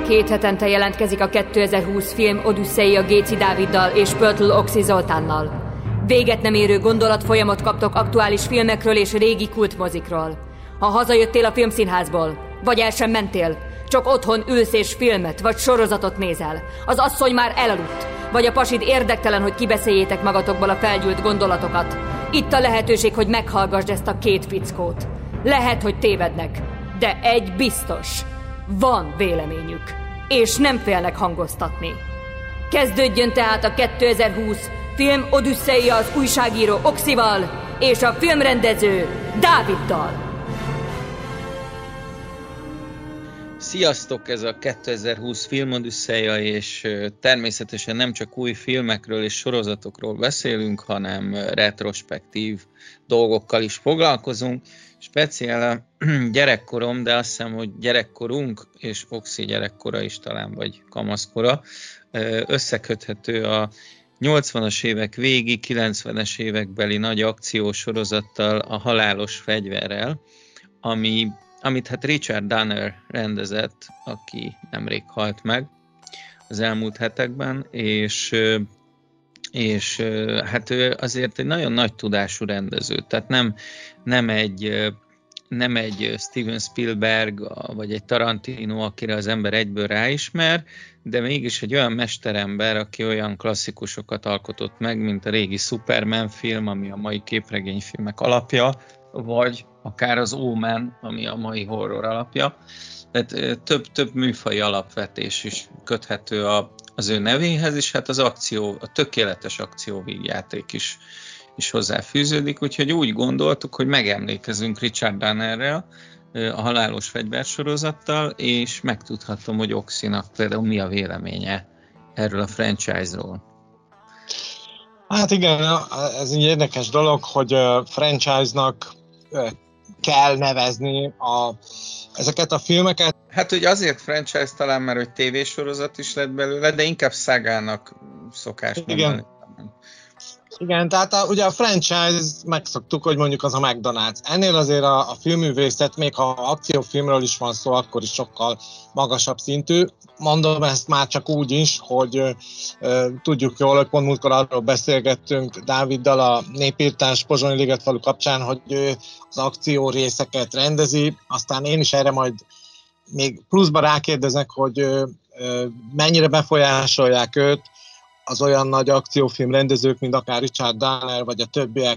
2 hetente jelentkezik a 2020 film Odüsszeia Géci Dáviddal és Pörtl Oxi Zoltánnal. Véget nem érő gondolatfolyamot kaptok aktuális filmekről és régi kultmozikról. Ha hazajöttél a filmszínházból, vagy el sem mentél, csak otthon ülsz és filmet vagy sorozatot nézel, az asszony már elaludt, vagy a pasid érdektelen, hogy kibeszéljétek magatokból a felgyűlt gondolatokat, itt a lehetőség, hogy meghallgassd ezt a 2 fickót. Lehet, hogy tévednek, de egy biztos. Van véleményük, és nem félnek hangoztatni. Kezdődjön tehát a 2020 film Odüsszeia az újságíró Oxival és a filmrendező Dáviddal. Sziasztok, ez a 2020 film Odüsszeia, és természetesen nem csak új filmekről és sorozatokról beszélünk, hanem retrospektív dolgokkal is foglalkozunk. Speciál a gyerekkorom, de azt hiszem, hogy gyerekkorunk és Oxi gyerekkora is talán, vagy kamaszkora összeköthető a 80-as évek végi, 90-es évekbeli nagy akciósorozattal, a Halálos fegyverrel, amit hát Richard Donner rendezett, aki nemrég halt meg az elmúlt hetekben, és hát ő azért egy nagyon nagy tudású rendező, tehát nem egy Steven Spielberg vagy egy Tarantino, akire az ember egyből ráismer, de mégis egy olyan mesterember, aki olyan klasszikusokat alkotott meg, mint a régi Superman film, ami a mai képregényfilmek alapja, vagy akár az Omen, ami a mai horror alapja. Tehát több műfai alapvetés is köthető az ő nevéhez, és hát a tökéletes akcióvígjáték is hozzáfűződik, úgyhogy úgy gondoltuk, hogy megemlékezünk Richard Donnerrel, a Halálos fegyver sorozattal, és megtudhatom, hogy Oxinak például mi a véleménye erről a franchise-ról. Hát igen, ez egy érdekes dolog, hogy franchise-nak kell nevezni ezeket a filmeket. Hát, hogy azért franchise talán, mert hogy tévésorozat is lett belőle, de inkább szágának szokás mondani. Igen, tehát ugye a franchise megszoktuk, hogy mondjuk az a McDonald's. Ennél azért a filmművészet, még ha akciófilmről is van szó, akkor is sokkal magasabb szintű. Mondom ezt már csak úgy is, hogy tudjuk jól, hogy pont múltkor arról beszélgettünk Dáviddal a Népirtás Pozsonyi Ligetfalu kapcsán, hogy ő az akció részeket rendezi, aztán én is erre majd még pluszban rákérdezek, hogy mennyire befolyásolják őt az olyan nagy akciófilm rendezők, mint akár Richard Donner, vagy a többiek.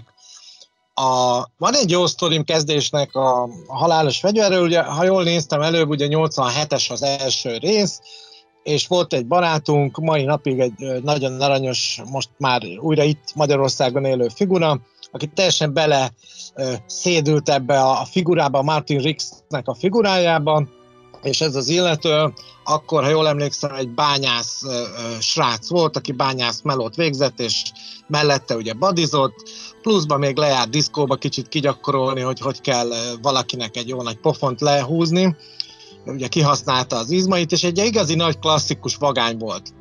Van egy jó sztorim kezdésnek a Halálos fegyverről, ugye, ha jól néztem előbb, ugye 87-es az első rész, és volt egy barátunk, mai napig egy nagyon aranyos, most már újra itt Magyarországon élő figura, aki teljesen bele szédült ebbe a figurába, Martin Riggsnek a figurájába, és ez az illető, akkor, ha jól emlékszem, egy bányász srác volt, aki bányász melót végzett, és mellette ugye badizott, pluszban még lejárt diszkóba kicsit kigyakorolni, hogy kell valakinek egy jó nagy pofont lehúzni. Ugye kihasználta az izmait, és egy igazi nagy klasszikus vagány volt.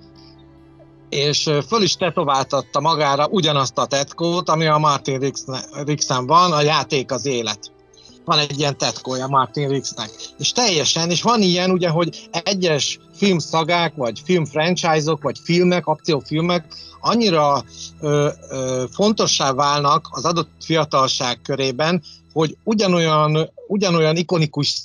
És föl is tetováltatta magára ugyanazt a tetkót, ami a Martin Riggsen van, a játék az élet. Van egy ilyen tetkója Martin Riggsnek. És teljesen, és van ilyen ugye, hogy egyes filmszagák, vagy filmfranchise-ok, vagy filmek, akciófilmek annyira fontossá válnak az adott fiatalság körében, hogy ugyanolyan ikonikus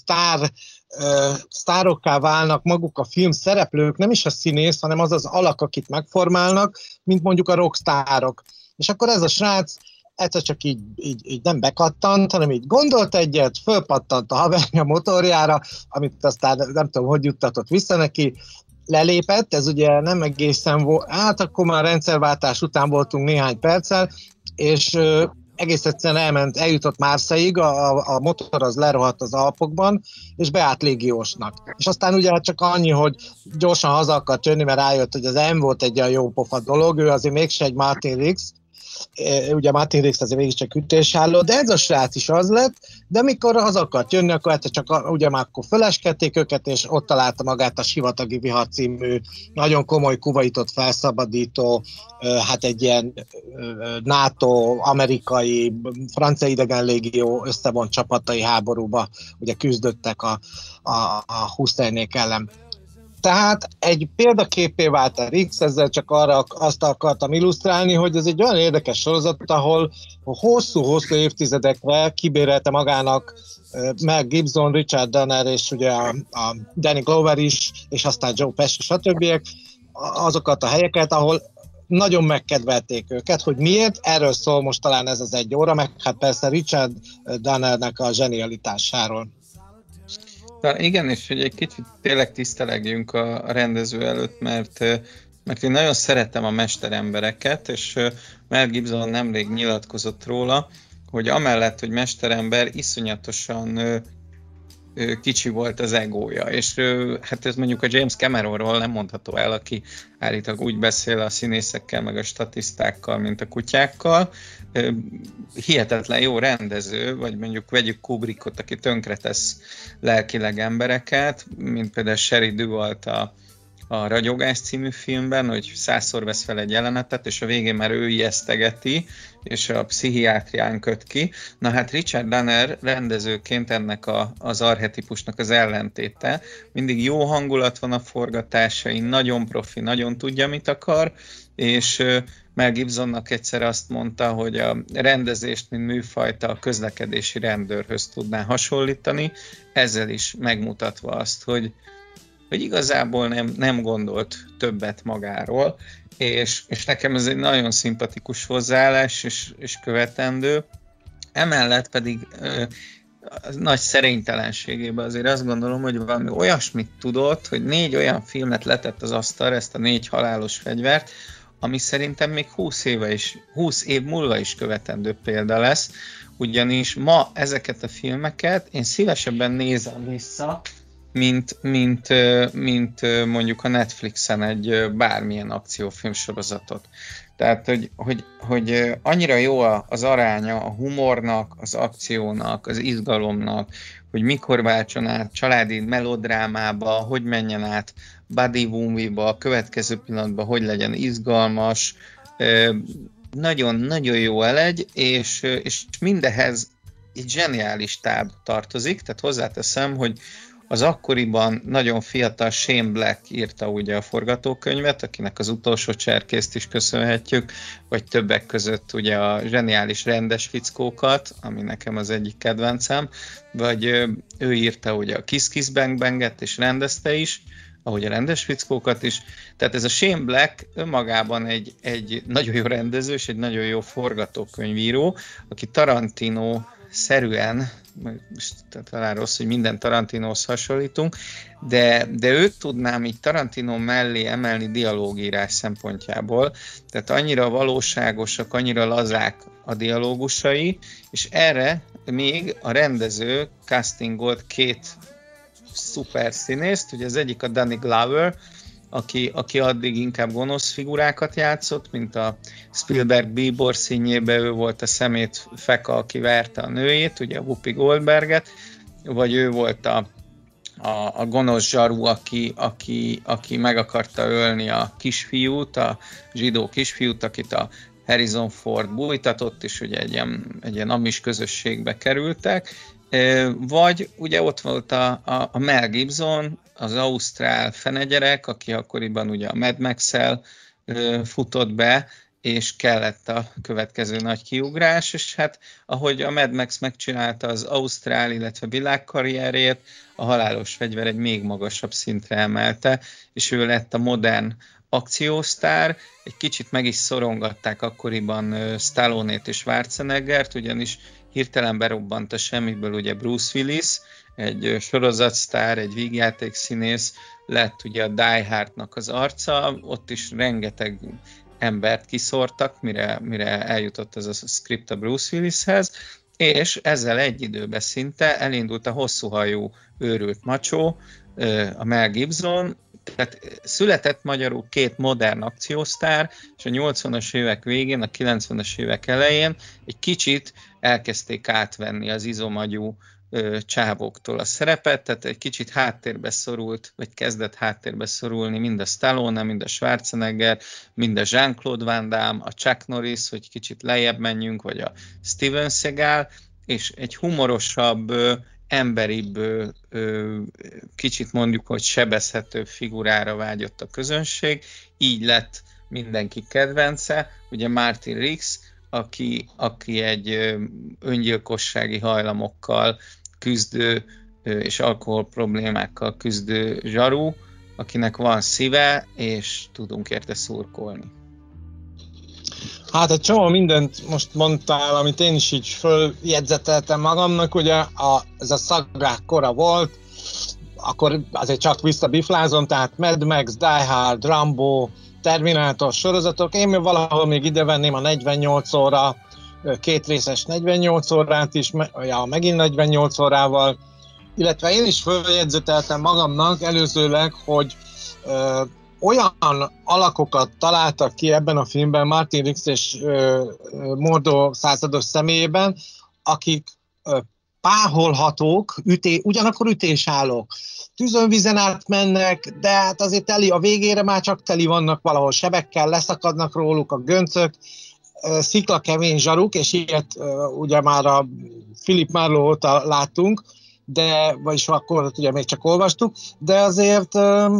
sztárokká válnak maguk a film szereplők, nem is a színész, hanem az az alak, akit megformálnak, mint mondjuk a rockstárok. És akkor ez a srác egyszer csak így nem bekattant, hanem így gondolt egyet, fölpattant a haverja motorjára, amit aztán nem tudom, hogy juttatott vissza neki, lelépett, ez ugye nem egészen volt, hát akkor már rendszerváltás után voltunk néhány perccel, és egész egyszerűen eljutott Marseille-ig, a motor az lerohadt az Alpokban, és beállt légiósnak. És aztán ugye hát csak annyi, hogy gyorsan haza akart jönni, mert rájött, hogy az nem volt egy olyan jó pofa dolog, ő azért mégse egy Martin Riggs, ugye Martin Riggs azért mégiscsak ütésálló, de ez a srác is az lett, de mikor haza akart jönni, akkor hát csak ugye már akkor föleskedték őket, és ott találta magát a Sivatagi Vihar című nagyon komoly Kuvaitot felszabadító, hát egy ilyen NATO, amerikai, francia idegenlégió összevont csapatai háborúba ugye küzdöttek a Huszeinék ellen. Tehát egy példaképé vált a Riggs, ezzel csak azt akartam illusztrálni, hogy ez egy olyan érdekes sorozat, ahol hosszú-hosszú évtizedekre kibérelte magának Mel Gibson, Richard Donner és ugye a Danny Glover is, és aztán Joe Pesci, stb. Azokat a helyeket, ahol nagyon megkedvelték őket, hogy miért, erről szól most talán ez az 1 óra, meg hát persze Richard Donnernek a zsenialitásáról. Igen, és hogy egy kicsit tényleg tisztelegjünk a rendező előtt, mert én nagyon szeretem a mesterembereket, és Mel Gibson nemrég nyilatkozott róla, hogy amellett, hogy mesterember, iszonyatosan kicsi volt az egója, és hát ez mondjuk a James Cameronról nem mondható el, aki állítólag úgy beszél a színészekkel, meg a statisztákkal, mint a kutyákkal. Hihetetlen jó rendező, vagy mondjuk vegyük Kubrickot, aki tönkretesz lelkileg embereket, mint például Sheri Duvall-t a Ragyogás című filmben, hogy 100-szor vesz fel egy jelenetet, és a végén már ő ijesztegeti, és a pszichiátrián köt ki. Na hát Richard Donner rendezőként ennek az archetipusnak az ellentéte. Mindig jó hangulat van a forgatásain, nagyon profi, nagyon tudja, mit akar, és Mel Gibsonnak egyszer azt mondta, hogy a rendezést, mint műfajta a közlekedési rendőrhöz tudná hasonlítani, ezzel is megmutatva azt, hogy igazából nem gondolt többet magáról, és nekem ez egy nagyon szimpatikus hozzáállás és követendő. Emellett pedig nagy szerénytelenségében azért azt gondolom, hogy valami olyasmit tudott, hogy 4 olyan filmet letett az asztalra, ezt a 4 halálos fegyvert, ami szerintem még 20 év múlva is követendő példa lesz, ugyanis ma ezeket a filmeket én szívesebben nézem vissza, mint mondjuk a Netflixen egy bármilyen akciófilm sorozatot. Tehát, hogy annyira jó az aránya a humornak, az akciónak, az izgalomnak, hogy mikor váltson át családi melodrámába, hogy menjen át buddy movie-ba, a következő pillanatban hogy legyen izgalmas, nagyon-nagyon jó elegy, és mindehez egy zseniális táb tartozik, tehát hozzáteszem, hogy az akkoriban nagyon fiatal Shane Black írta ugye a forgatókönyvet, akinek az Utolsó cserkészt is köszönhetjük, vagy többek között ugye a zseniális Rendes fickókat, ami nekem az egyik kedvencem, vagy ő írta ugye a Kiss Kiss Bang Banget, és rendezte is, ahogy a Rendes fickókat is. Tehát ez a Shane Black önmagában egy nagyon jó rendező, és egy nagyon jó forgatókönyvíró, aki Tarantino szerűen, talán rossz, hogy minden Tarantinóhoz hasonlítunk, de őt tudnám így Tarantino mellé emelni dialógírás szempontjából, tehát annyira valóságosak, annyira lazák a dialógusai, és erre még a rendező castingolt 2 szuper színészt, ugye az egyik a Danny Glover, aki addig inkább gonosz figurákat játszott, mint a Spielberg Bíbor színjében, ő volt a szemét feka, aki verte a nőjét, ugye a Whoopi Goldberget, vagy ő volt a gonosz zsaru, aki meg akarta ölni a kisfiút, a zsidó kisfiút, akit a Harrison Ford bújtatott, és ugye egy ilyen amis közösségbe kerültek, vagy ugye ott volt a Mel Gibson, az ausztrál fenegyerek, aki akkoriban ugye a Mad Max-el futott be, és kellett a következő nagy kiugrás, és hát ahogy a Mad Max megcsinálta az ausztrál, illetve világkarrierjét, a halálos fegyver egy még magasabb szintre emelte, és ő lett a modern akciósztár. Egy kicsit meg is szorongatták akkoriban Stallone-t és Schwarzeneggert, ugyanis hirtelen berobbant a semmiből ugye Bruce Willis, egy sorozatsztár, egy vígjátékszínész, lett ugye a Die Hardnak az arca, ott is rengeteg embert kiszórtak, mire eljutott ez a script a Bruce Willishez, és ezzel egy időben szinte elindult a hosszúhajú őrült macsó, a Mel Gibson, tehát született magyarul 2 modern akciósztár, és a 80-as évek végén, a 90-es évek elején egy kicsit elkezdték átvenni az izomagyú csávóktól a szerepet, tehát egy kicsit háttérbe szorult, vagy kezdett háttérbe szorulni mind a Stallone, mind a Schwarzenegger, mind a Jean-Claude Van Damme, a Chuck Norris, hogy kicsit lejjebb menjünk, vagy a Steven Seagal, és egy humorosabb, emberibb, kicsit mondjuk, hogy sebezhetőbb figurára vágyott a közönség, így lett mindenki kedvence. Ugye Martin Riggs, aki egy öngyilkossági hajlamokkal küzdő és alkohol problémákkal küzdő zsaru, akinek van szíve, és tudunk érte szurkolni. Hát egy csomó mindent most mondtál, amit én is így följegyzeteltem magamnak, ugye ez a szagák kora volt, akkor azért csak visszabiflázom, tehát Mad Max, Die Hard, Rambo, Terminátor sorozatok, én még valahol még ide venném a 48 óra, kétrészes 48 órát is, megint 48 órával, illetve én is följegyzeteltem magamnak előzőleg, hogy olyan alakokat találtak ki ebben a filmben Martin Riggs és Mordo százados személyében, akik páholhatók, ugyanakkor ütésállók. Tűzön-vízen át mennek, de hát azért teli, a végére már csak teli vannak valahol sebekkel, leszakadnak róluk a göncök, sziklakemény zsaruk, és ilyet ugye már a Philip Marlowe óta láttunk, vagyis akkor ugye még csak olvastuk, de azért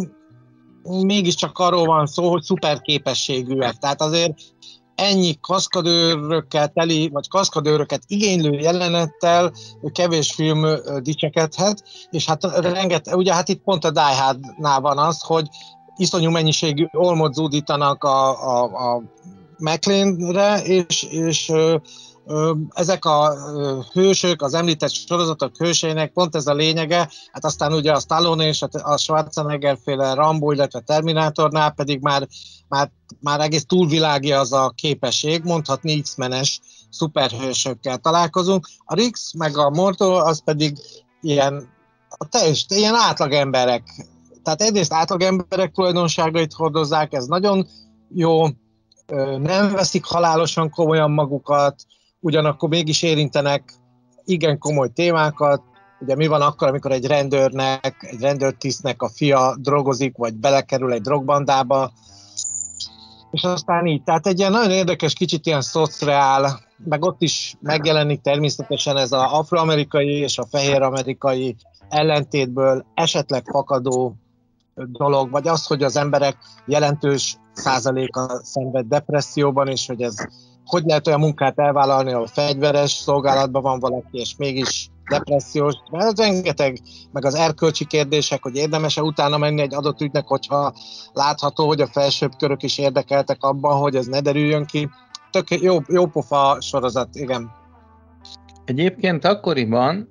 mégiscsak arról van szó, hogy szuper képességűek. Tehát azért ennyi kaszkadőrökkel teli, vagy kaszkadőröket igénylő jelenettel kevés film dicsekedhet, és hát ugye hát itt pont a Die Hardnál van az, hogy iszonyú mennyiségű olmot zúdítanak a McLeanre, és ezek a hősök, az említett sorozatok hőseinek pont ez a lényege, hát aztán ugye a Stallone és a Schwarzenegger-féle Rambo, illetve Terminátornál pedig már egész túlvilági az a képesség, mondhatni X-menes szuperhősökkel találkozunk. A Riggs meg a Mordo az pedig ilyen átlag emberek. Tehát egyrészt átlag emberek tulajdonságait hordozzák, ez nagyon jó, nem veszik halálosan komolyan magukat, ugyanakkor mégis érintenek igen komoly témákat. Ugye mi van akkor, amikor egy rendőrtisztnek a fia drogozik, vagy belekerül egy drogbandába, és aztán így. Tehát egy ilyen nagyon érdekes, kicsit ilyen szociál, meg ott is megjelenik természetesen ez az afroamerikai és a fehéramerikai ellentétből esetleg fakadó dolog, vagy az, hogy az emberek jelentős százaléka szenved depresszióban, és hogy ez hogy lehet olyan munkát elvállalni, ahol fegyveres szolgálatban van valaki, és mégis depressziós, mert ez rengeteg, meg az erkölcsi kérdések, hogy érdemes-e utána menni egy adott ügynek, hogyha látható, hogy a felsőbb körök is érdekeltek abban, hogy ez ne derüljön ki. Tök jó pofa sorozat, igen. Egyébként akkoriban,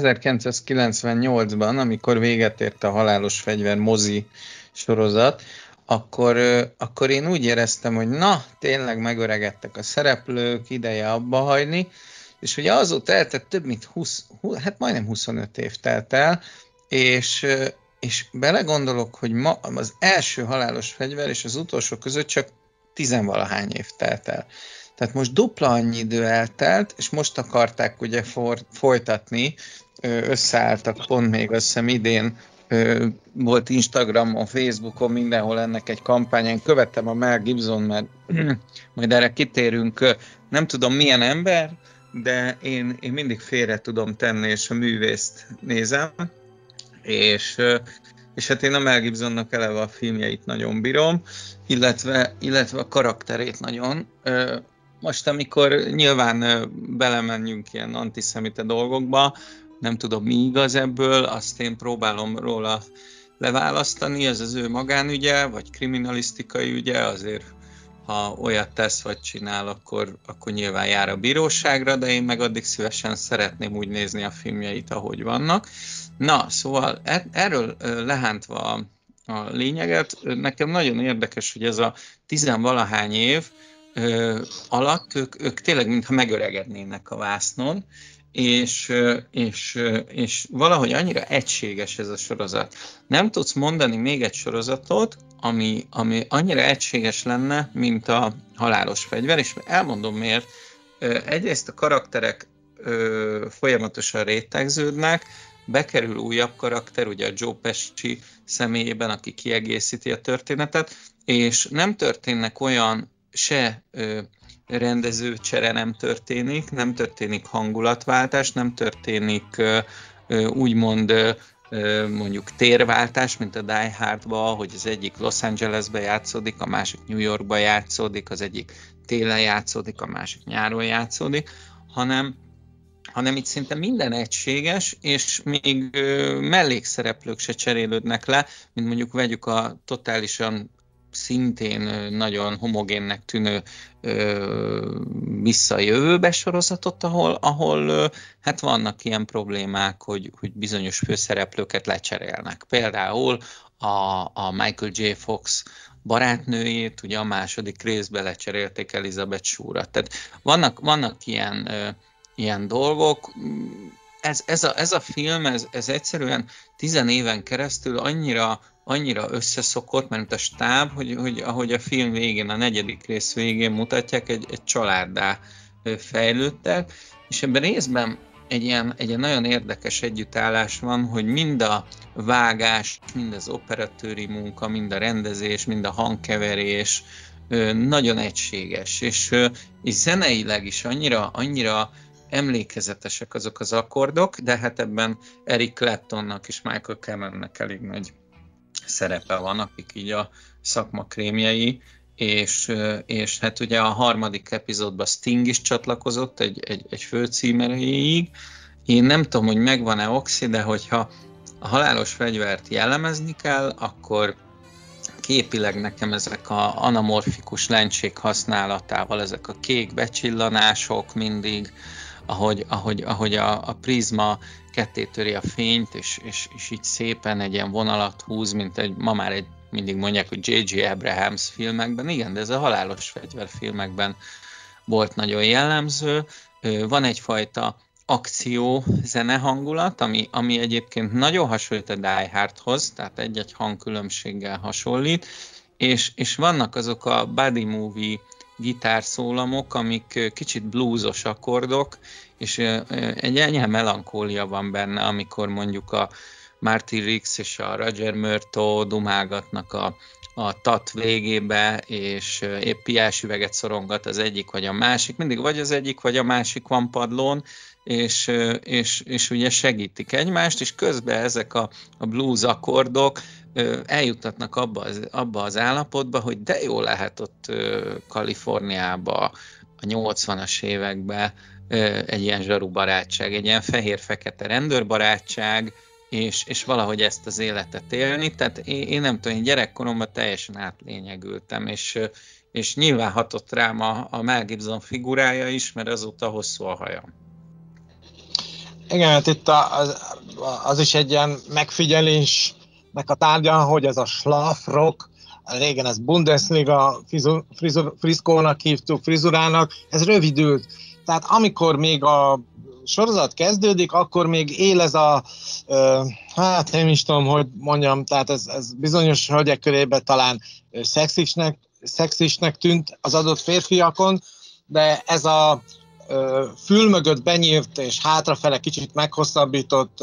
1998-ban, amikor véget ért a Halálos fegyver mozi sorozat, akkor én úgy éreztem, hogy na, tényleg megöregedtek a szereplők, ideje abba hagyni, és ugye azóta eltett több mint majdnem 25 év telt el, és belegondolok, hogy ma az első Halálos fegyver és az utolsó között csak 10-valahány év telt el. Tehát most dupla annyi idő eltelt, és most akarták ugye folytatni, összeálltak pont még, azt hiszem idén, volt Instagramon, Facebookon, mindenhol ennek egy kampányán, követtem a Mel Gibson, mert majd erre kitérünk, nem tudom milyen ember, de én mindig félre tudom tenni, és a művészt nézem, és hát én a Mel Gibsonnak eleve a filmjeit nagyon bírom, illetve a karakterét nagyon. Most, amikor nyilván belemenjünk ilyen antiszemita dolgokba, nem tudom, mi igaz ebből, azt én próbálom róla leválasztani, ez az ő magánügye, vagy kriminalisztikai ügye, azért ha olyat tesz, vagy csinál, akkor nyilván jár a bíróságra, de én meg addig szívesen szeretném úgy nézni a filmjeit, ahogy vannak. Na, szóval erről lehántva a lényeget, nekem nagyon érdekes, hogy ez a 10-valahány év alatt ők tényleg mintha megöregednének a vásznon, és valahogy annyira egységes ez a sorozat. Nem tudsz mondani még egy sorozatot, ami annyira egységes lenne, mint a Halálos fegyver, és elmondom miért. Egyrészt a karakterek folyamatosan rétegződnek, bekerül újabb karakter, ugye a Joe Pesci személyében, aki kiegészíti a történetet, és nem történnek olyan rendezőcsere nem történik hangulatváltás, nem történik úgymond mondjuk térváltás, mint a Die Hardba, hogy az egyik Los Angelesbe játszódik, a másik New Yorkba játszódik, az egyik télen játszódik, a másik nyáron játszódik, hanem itt szinte minden egységes, és még mellékszereplők se cserélődnek le, mint mondjuk vegyük a totálisan szintén nagyon homogénnek tűnő Vissza a jövőbe sorozatot, ahol hát vannak ilyen problémák, hogy bizonyos főszereplőket lecserélnek. Például a Michael J. Fox barátnőjét, ugye a második részben lecserélték Elizabeth Shue-ra. Tehát vannak ilyen dolgok. Ez a film, ez egyszerűen 10 éven keresztül annyira összeszokott, mert a stáb, hogy ahogy a film végén, a 4. rész végén mutatják, egy családdá fejlődtek, és ebben részben egy ilyen nagyon érdekes együttállás van, hogy mind a vágás, mind az operatőri munka, mind a rendezés, mind a hangkeverés nagyon egységes, és zeneileg is annyira emlékezetesek azok az akkordok, de hát ebben Eric Claptonnak és Michael Camennek elég nagy szerepe van, akik így a szakma krémjei, és hát ugye a 3. epizódban Sting is csatlakozott egy főcímeréig. Én nem tudom, hogy megvan-e Oxy, de hogyha a halálos fegyvert jellemezni kell, akkor képileg nekem ezek a anamorfikus lencsék használatával, ezek a kék becsillanások mindig, ahogy a prizma kettétöri a fényt, és így szépen egy ilyen vonalat húz, mint ma már mindig mondják, hogy J.J. Abrams filmekben, igen, de ez a halálos fegyver filmekben volt nagyon jellemző. Van egyfajta akció zene hangulat, ami egyébként nagyon hasonlít a Die Hardhoz, tehát egy-egy hangkülönbséggel hasonlít, és vannak azok a buddy movie gitárszólamok, amik kicsit bluesos akkordok, és egy enyhe melankólia van benne, amikor mondjuk a Marty Riggs és a Roger Murtaugh dumálgatnak a tat végébe, és épp piásüveget szorongat az egyik vagy a másik, mindig vagy az egyik vagy a másik van padlón, és ugye segítik egymást, és közben ezek a blues akkordok eljutatnak abba az állapotba, hogy de jó lehet ott Kaliforniába a 80-as években egy ilyen zsaru barátság, egy ilyen fehér-fekete rendőrbarátság, és valahogy ezt az életet élni. Tehát én nem tudom, én gyerekkoromban teljesen átlényegültem, és nyilván hatott rám a Mel Gibson figurája is, mert azóta hosszú a hajam. Igen, hát itt az is egy ilyen megfigyelésnek a tárgya, hogy ez a Schlaf Rock, régen ez Bundesliga friszkónak hívtuk, frizurának, ez rövidült. Tehát amikor még a sorozat kezdődik, akkor még él ez hát én is tudom, hogy mondjam, tehát ez bizonyos hölgyek körében talán szexisnek tűnt az adott férfiakon, de ez a fül mögött benyírt és hátrafele kicsit meghosszabbított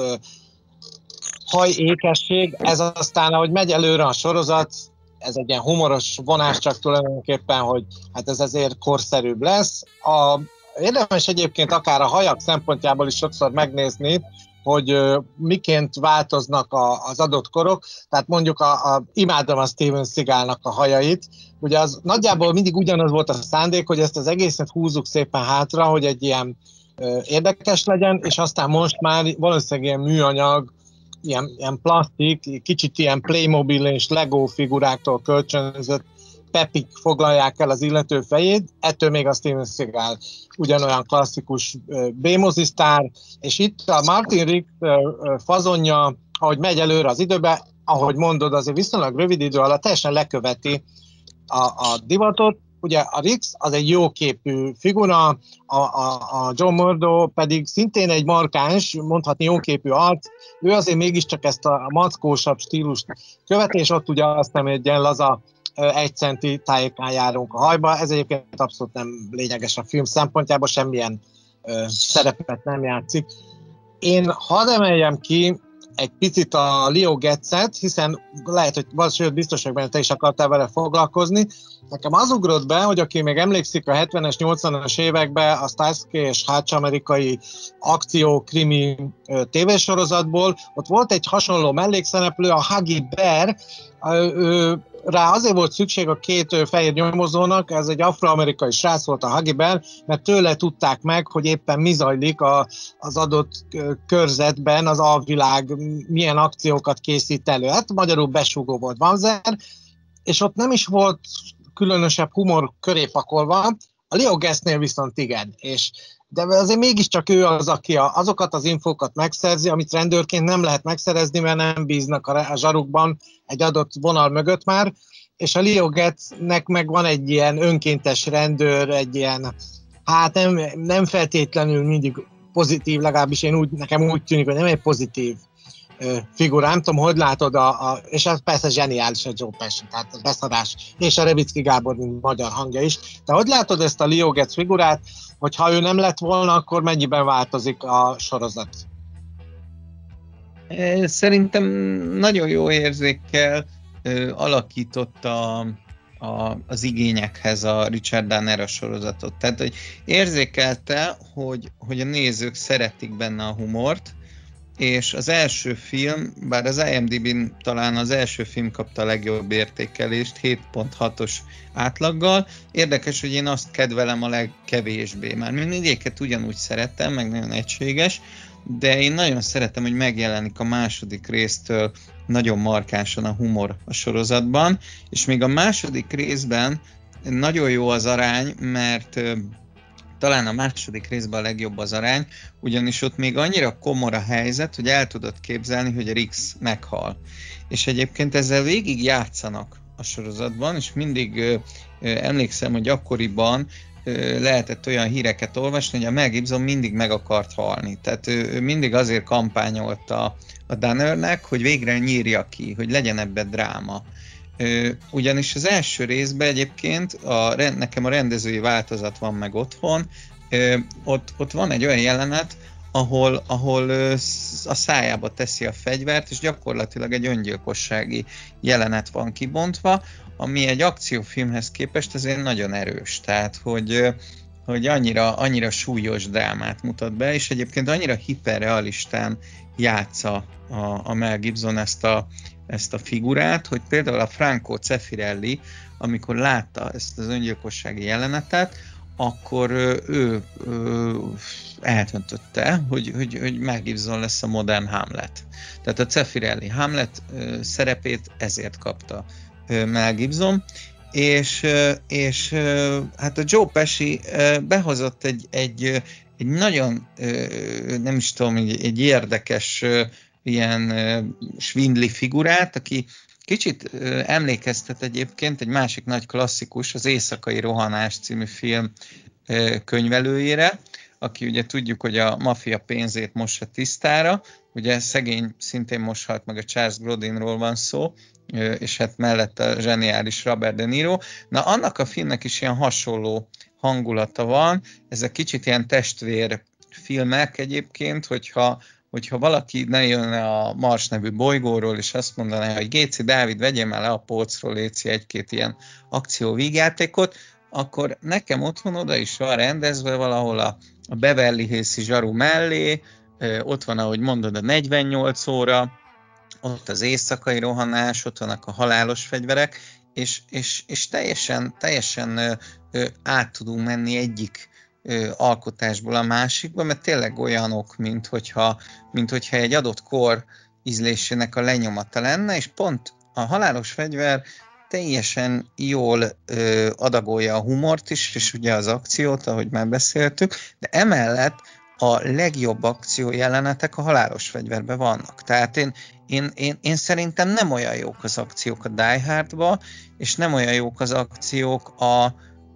hajékesség, ez aztán, ahogy megy előre a sorozat, ez egy ilyen humoros vonás csak tulajdonképpen, hogy hát ez azért korszerűbb lesz. Érdemes egyébként akár a hajak szempontjából is sokszor megnézni, hogy miként változnak az adott korok. Tehát mondjuk imádom a Steven Seagalnak a hajait. Ugye az nagyjából mindig ugyanaz volt a szándék, hogy ezt az egészet húzzuk szépen hátra, hogy egy ilyen érdekes legyen, és aztán most már valószínűleg ilyen műanyag, ilyen plastik, kicsit ilyen Playmobil és Lego figuráktól kölcsönzött pepik foglalják el az illető fejét, ettől még a Steven Seagal ugyanolyan klasszikus B-mozi sztár, és itt a Martin Riggs fazonja, ahogy megy előre az időbe, ahogy mondod, azért viszonylag rövid idő alatt teljesen leköveti a divatot. Ugye a Riggs az egy jóképű figura, a John Murtaugh pedig szintén egy markáns, mondhatni jóképű arc, ő azért mégiscsak ezt a mackósabb stílust követi, és ott ugye azt nem egy ilyen laza 1 centi tájékán járunk a hajba. Ez egyébként abszolút nem lényeges a film szempontjából, semmilyen szerepet nem játszik. Én hadd emeljem ki, egy picit a Leo Getz-et, hiszen lehet, hogy biztos, hogy benne te is akartál vele foglalkozni. Nekem az ugrott be, hogy aki még emlékszik a 70-es, 80-as években a Starsky és Hutch amerikai akció-krimi tévésorozatból, ott volt egy hasonló mellékszereplő, a Huggy Bear, rá azért volt szükség a két fehér nyomozónak, ez egy afroamerikai srác volt, a Huggy Bear, mert tőle tudták meg, hogy éppen mi zajlik az adott körzetben, az alvilág milyen akciókat készít elő. Hát magyarul besúgó volt Vanzer, és ott nem is volt különösebb humor köré pakolva, a Leo Getz-nél viszont igen, de azért mégiscsak ő az, aki azokat az infókat megszerzi, amit rendőrként nem lehet megszerezni, mert nem bíznak a zsarukban egy adott vonal mögött már, és a Leo Getz-nek meg van egy ilyen önkéntes rendőr, egy ilyen, hát nem feltétlenül mindig pozitív, legalábbis nekem úgy tűnik, hogy nem egy pozitív figura, nem tudom, hogy látod, és ez persze zseniális a Joe Pesci, tehát a beszarás, és a Revicki Gábor, mint magyar hangja is. De hogy látod ezt a Leo Getz figurát, hogy ha ő nem lett volna, akkor mennyiben változik a sorozat? Szerintem nagyon jó érzékkel alakította az igényekhez a Richard Donner a sorozatot. Tehát, hogy érzékelte, hogy a nézők szeretik benne a humort, és az első film, bár az IMDb-n talán az első film kapta a legjobb értékelést, 7.6-os átlaggal. Érdekes, hogy én azt kedvelem a legkevésbé. Már mindegyiket ugyanúgy szeretem, meg nagyon egységes, de én nagyon szeretem, hogy megjelenik a második résztől nagyon markánsan a humor a sorozatban, és még a második részben nagyon jó az arány, mert talán a második részben a legjobb az arány, ugyanis ott még annyira komor a helyzet, hogy el tudod képzelni, hogy a Rix meghal. És egyébként ezzel végig játszanak a sorozatban, és mindig emlékszem, hogy akkoriban lehetett olyan híreket olvasni, hogy a Mel Gibson mindig meg akart halni. Tehát ő mindig azért kampányolta a Donnernek, hogy végre nyírja ki, hogy legyen ebben dráma. Ugyanis az első részben egyébként nekem a rendezői változat van meg otthon, ott van egy olyan jelenet, ahol a szájába teszi a fegyvert, és gyakorlatilag egy öngyilkossági jelenet van kibontva, ami egy akciófilmhez képest azért nagyon erős. Tehát, hogy annyira súlyos drámát mutat be, és egyébként annyira hiperrealistán játsza a Mel Gibson ezt a figurát, hogy például a Franco Zeffirelli, amikor látta ezt az öngyilkossági jelenetet, akkor ő eldöntötte, hogy Mel Gibson lesz a modern Hamlet. Tehát a Zeffirelli Hamlet szerepét ezért kapta Mel Gibson, és hát a Joe Pesci behozott egy nagyon, nem is tudom, egy érdekes ilyen svindli figurát, aki kicsit emlékeztet egyébként egy másik nagy klasszikus, az Éjszakai rohanás című film könyvelőjére, aki ugye tudjuk, hogy a maffia pénzét mossa tisztára, ugye szegény szintén most halt meg, a Charles Grodinról van szó, és hát mellett a zseniális Robert De Niro. Na, annak a filmnek is ilyen hasonló hangulata van, ezek kicsit ilyen testvér filmek egyébként, hogyha valaki ne jönne a Mars nevű bolygóról, és azt mondaná, hogy Géci Dávid, vegyél már le a polcról, léci egy-két ilyen akcióvígjátékot, akkor nekem otthon oda is van rendezve valahol a Beverly Hills-i zsaru mellé, ott van, ahogy mondod, a 48 óra, ott az éjszakai rohanás, ott vannak a halálos fegyverek, és teljesen át tudunk menni egyik alkotásból a másikba, mert tényleg olyanok, mint hogyha egy adott kor ízlésének a lenyomata lenne, és pont a halálos fegyver teljesen jól adagolja a humort is, és ugye az akciót, ahogy már beszéltük, de emellett a legjobb akciójelenetek a halálos fegyverben vannak. Tehát én szerintem nem olyan jók az akciók a Die Hardba, és nem olyan jók az akciók a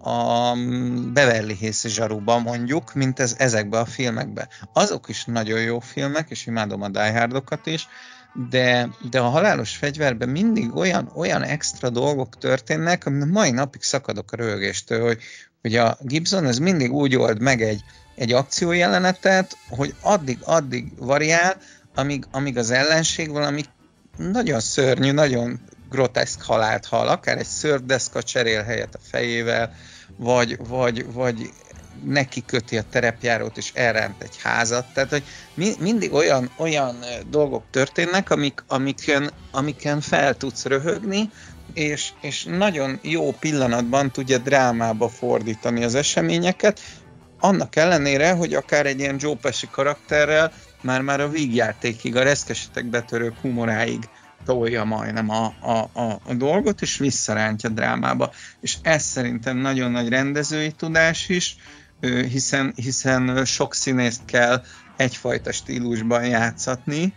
Beverly Hills zsaruban mondjuk, mint ezekben a filmekben. Azok is nagyon jó filmek, és imádom a Die Hardokat is, de a halálos fegyverben mindig olyan extra dolgok történnek, amit mai napig szakadok a röhögéstől, hogy a Gibson ez mindig úgy old meg egy akciójelenetet, hogy addig variál, amíg az ellenség valami nagyon szörnyű, nagyon groteszk halált hal, akár egy szörfdeszka cserél helyet a fejével, vagy neki köti a terepjárót és elránt egy házat. Tehát, hogy mindig olyan dolgok történnek, amiken fel tudsz röhögni, és nagyon jó pillanatban tudja drámába fordítani az eseményeket, annak ellenére, hogy akár egy ilyen Joe Pesci karakterrel már a vígjátékig, a reszkesetek betörők humoráig tolja majdnem a dolgot, és visszarántja drámába. És ez szerintem nagyon nagy rendezői tudás is, hiszen sok színészt kell egyfajta stílusban játszatni,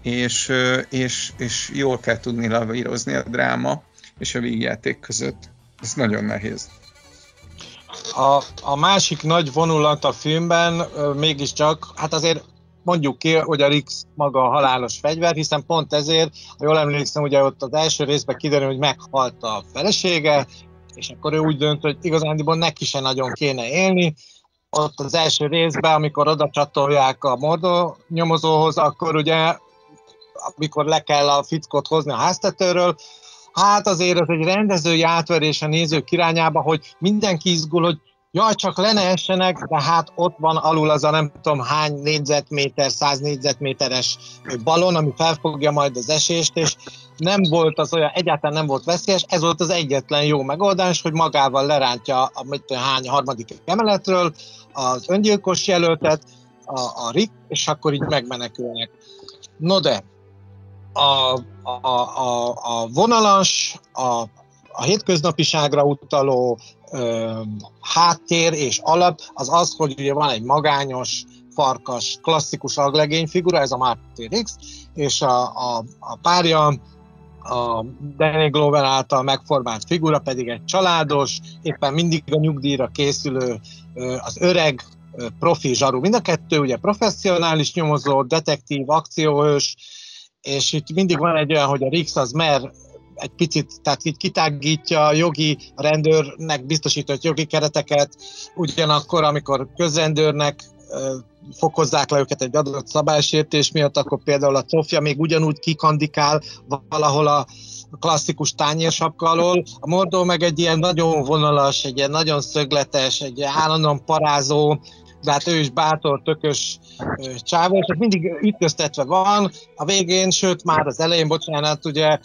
és jól kell tudni lavírozni a dráma és a vígjáték között. Ez nagyon nehéz. A másik nagy vonulat a filmben mégiscsak, hát azért mondjuk ki, hogy a Rix maga a halálos fegyver, hiszen pont ezért, ha jól emlékszem, ugye ott az első részben kiderül, hogy meghalt a felesége, és akkor ő úgy dönt, hogy igazándiból neki se nagyon kéne élni. Ott az első részben, amikor oda csatolják a Mordor nyomozóhoz, akkor ugye, amikor le kell a fickót hozni a háztetőről, hát azért ez egy rendezői átverés a nézők irányába, hogy mindenki izgul, hogy jaj, csak le ne essenek, de hát ott van alul az a nem tudom hány négyzetméter, 100 négyzetméteres balon, ami felfogja majd az esést, és nem volt az olyan, egyáltalán nem volt veszélyes, ez volt az egyetlen jó megoldás, hogy magával lerántja a hány harmadik emeletről az öngyilkos jelöltet, a Rick, és akkor így megmenekülnek. No de, a vonalas, a hétköznapiságra utaló háttér és alap az, hogy ugye van egy magányos, farkas, klasszikus aglegény figura, ez a Martin Rix, és a párja, a Danny Glover által megformált figura pedig egy családos, éppen mindig a nyugdíjra készülő, az öreg, profi zsaru. Mind a kettő ugye professzionális nyomozó, detektív, akcióhős, és itt mindig van egy olyan, hogy a Rix az mer egy picit, tehát így kitágítja a jogi, a rendőrnek biztosított jogi kereteket, ugyanakkor, amikor közrendőrnek fokozzák le őket egy adott szabálysértés miatt, akkor például a Sofia még ugyanúgy kikandikál valahol a klasszikus tányérsapka alól. A Mordor meg egy ilyen nagyon vonalas, egy ilyen nagyon szögletes, egy állandóan parázó, de hát ő is bátor, tökös csávó, és mindig ütköztetve van. A végén, sőt már az elején, bocsánat, ugye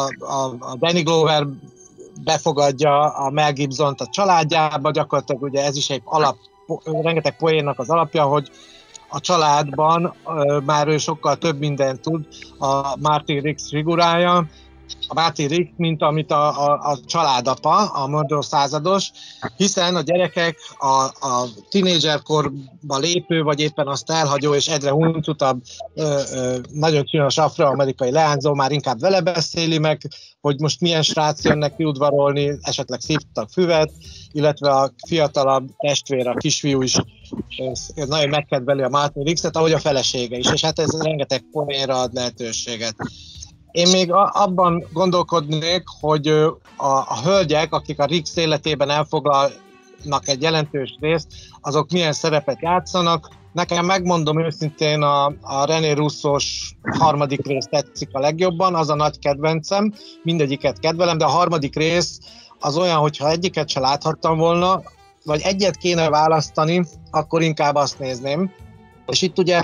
a Danny Glover befogadja a Mel Gibsont a családjába, gyakorlatilag ugye ez is egy rengeteg poénnak az alapja, hogy a családban már ő sokkal több mindent tud, a Martin Rix figurája, a Martin Rix, mint amit a családapa, a Mordor százados, hiszen a gyerekek a tínédzserkorba lépő, vagy éppen azt elhagyó és egyre huncutabb, nagyon csinos afroamerikai leányzó már inkább vele beszéli meg, hogy most milyen srác jönnek kiudvarolni, esetleg szívtak füvet, illetve a fiatalabb testvér, a kisfiú is nagyon megkedveli a Martin Rixet, ahogy a felesége is, és hát ez rengeteg poénra ad lehetőséget. Én még abban gondolkodnék, hogy a hölgyek, akik a Rix életében elfoglalnak egy jelentős részt, azok milyen szerepet játszanak. Nekem megmondom őszintén a René Russo-s harmadik rész tetszik a legjobban, az a nagy kedvencem, mindegyiket kedvelem, de a harmadik rész az olyan, hogyha egyiket se láthattam volna, vagy egyet kéne választani, akkor inkább azt nézném. És itt ugye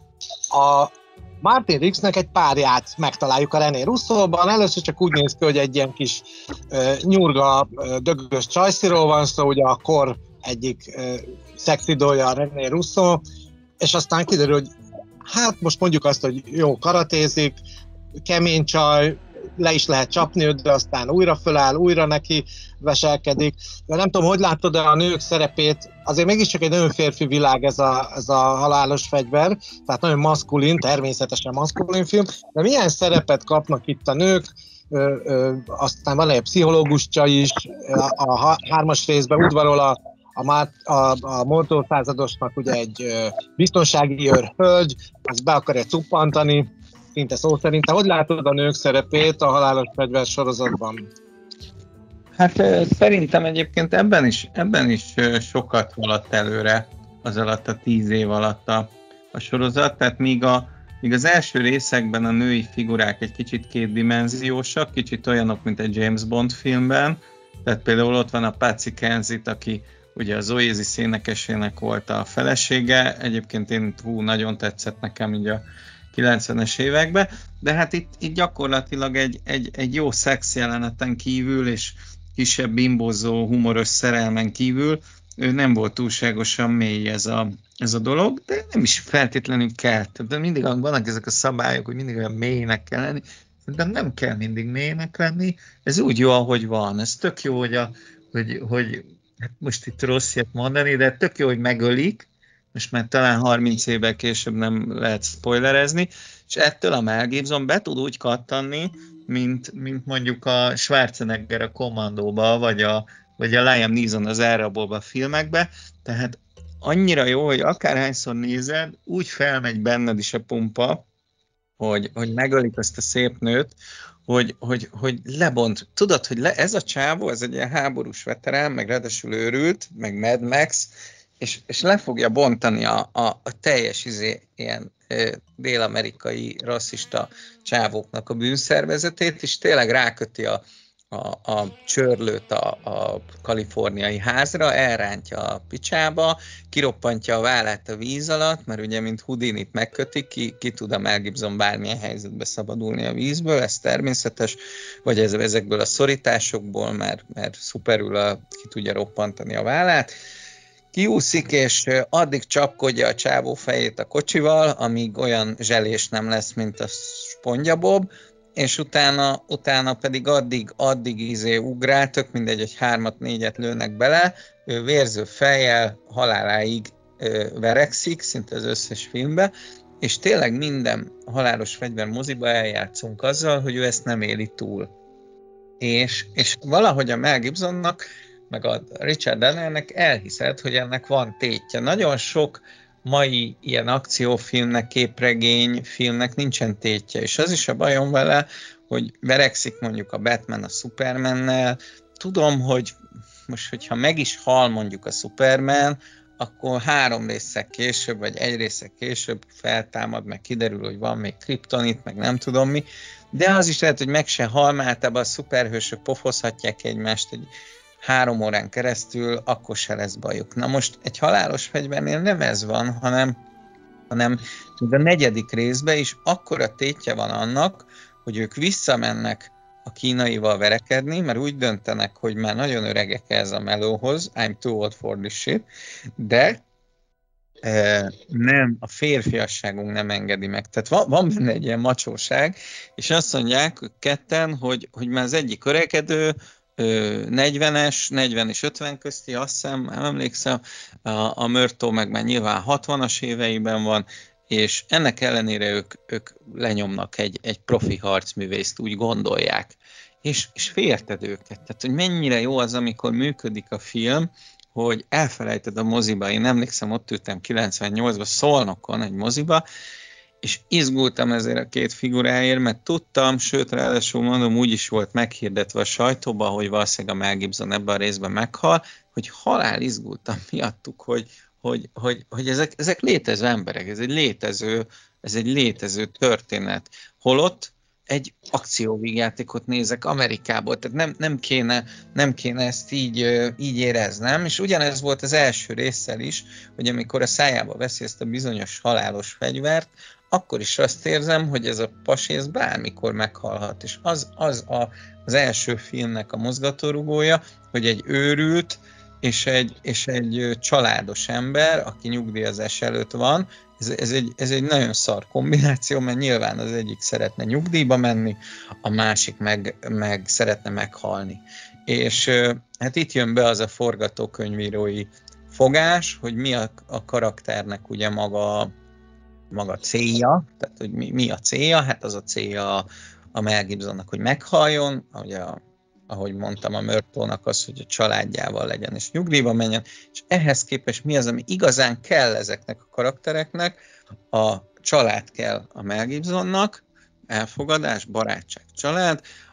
a Martin Rixnek egy párját megtaláljuk a René Russo-ban. Először csak úgy néz ki, hogy egy ilyen kis nyurga, dögös csajsziról van szó, ugye a kor egyik szexidója a René Russo, és aztán kiderül, hogy hát most mondjuk azt, hogy jó karatézik, kemény csaj, le is lehet csapni őt, de aztán újra föláll, újra neki veselkedik. De nem tudom, hogy látod a nők szerepét, azért mégiscsak egy nagyon férfi világ ez a halálos fegyver, tehát nagyon maszkulin, természetesen maszkulin film, de milyen szerepet kapnak itt a nők, aztán van egy pszichológus csaj is, a hármas részben udvarol a Mordor századosnak ugye egy biztonsági őrhölgy, az be akarja cuppantani, szinte szó szerint. Te hogy látod a nők szerepét a halálos fegyver sorozatban? Hát szerintem egyébként ebben is sokat haladt előre az alatt a 10 év alatt a sorozat, tehát míg míg az első részekben a női figurák egy kicsit kétdimenziósak, kicsit olyanok, mint egy James Bond filmben, tehát például ott van a Patsy Kensit, aki ugye az Oasis énekesének volt a felesége, egyébként nagyon tetszett nekem így a 90-es években, de hát itt gyakorlatilag egy jó szex jeleneten kívül, és kisebb bimbózó, humoros szerelmen kívül ő nem volt túlságosan mély ez a dolog, de nem is feltétlenül kell. De mindig vannak ezek a szabályok, hogy mindig olyan mélynek kell lenni, de nem kell mindig mélynek lenni, ez úgy jó, ahogy van. Ez tök jó, hogy hát most itt rossz ilyet mondani, de tök jó, hogy megölik, most már talán 30 évvel később nem lehet spoilerezni, és ettől a Mel Gibson be tud úgy kattanni, mint mondjuk a Schwarzenegger a Commandóba, vagy a Liam Neeson az Elrabolva filmekbe, tehát annyira jó, hogy akárhányszor nézed, úgy felmegy benned is a pumpa, hogy megölik ezt a szép nőt, hogy lebont. Tudod, hogy ez a csávó, ez egy ilyen háborús veterán, meg ráadásul őrült, meg Mad Max, és le fogja bontani a teljes ilyen dél-amerikai rasszista csávóknak a bűnszervezetét, és tényleg ráköti a csörlőt a kaliforniai házra, elrántja a picsába, kiroppantja a vállát a víz alatt, mert ugye, mint Houdinit megkötik, ki tud a Mel Gibson bármilyen helyzetbe szabadulni a vízből, ez természetes, vagy ezekből a szorításokból, mert szuperül ki tudja roppantani a vállát. Kiúszik, és addig csapkodja a csávó fejét a kocsival, amíg olyan zselés nem lesz, mint a SpongeBob, és utána pedig addig ugrál, tök mindegy, hogy 3-4 lőnek bele, ő vérző fejjel haláláig verekszik, szinte az összes filmbe, és tényleg minden halálos fegyver moziba eljátszunk azzal, hogy ő ezt nem éli túl. És valahogy a Mel Gibsonnak, meg a Richard Donnernek elhiszed, hogy ennek van tétje. Nagyon sok mai ilyen akciófilmnek, képregény filmnek nincsen tétje, és az is a bajom vele, hogy verekszik mondjuk a Batman a Supermannel. Tudom, hogy most, hogyha meg is hal mondjuk a Superman, akkor 3 részsel később, vagy 1 részsel később feltámad, meg kiderül, hogy van még kriptonit, meg nem tudom mi, de az is lehet, hogy meg se hal, általában a szuperhősök pofozhatják egymást egy 3 órán keresztül, akkor se lesz bajuk. Na most egy halálos fegyvernél nem ez van, hanem a 4. részben is akkora tétje van annak, hogy ők visszamennek a kínaival verekedni, mert úgy döntenek, hogy már nagyon öregek ez a melóhoz, I'm too old for this shit, de nem, a férfiasságunk nem engedi meg. Tehát van benne egy ilyen macsóság, és azt mondják ők ketten, hogy már az egyik öregedő, 40 és 50 közti, azt hiszem, nem emlékszem, a Murtaugh meg már nyilván 60-as éveiben van, és ennek ellenére ők lenyomnak egy profi harcművészt, úgy gondolják. És félted őket. Tehát, hogy mennyire jó az, amikor működik a film, hogy elfelejted a moziba. Én emlékszem, ott ültem 98-ban Szolnokon egy moziba, és izgultam ezért a 2 figuráért, mert tudtam, sőt, ráadásul mondom, úgy is volt meghirdetve a sajtóban, hogy valószínűleg a Mel Gibson ebben a részben meghal, hogy halál izgultam miattuk, hogy ezek létező emberek, ez egy létező történet. Holott egy akcióvígjátékot nézek Amerikából, tehát nem kéne ezt így éreznem, és ugyanez volt az első résszel is, hogy amikor a szájába veszi ezt a bizonyos halálos fegyvert, akkor is azt érzem, hogy ez a pasész bármikor meghalhat, és az első filmnek a mozgatórugója, hogy egy őrült és egy családos ember, aki nyugdíjazás előtt van, ez egy nagyon szar kombináció, mert nyilván az egyik szeretne nyugdíjba menni, a másik meg szeretne meghalni. És hát itt jön be az a forgatókönyvírói fogás, hogy mi a karakternek ugye maga célja, tehát hogy mi a célja, hát az a célja a Mel Gibsonnak, hogy meghaljon, ugye ahogy mondtam, a Murtaughnak az, hogy a családjával legyen és nyugdíjba menjen, és ehhez képest mi az, ami igazán kell ezeknek a karaktereknek? A család kell a Mel Gibsonnak, elfogadás, barátság, család,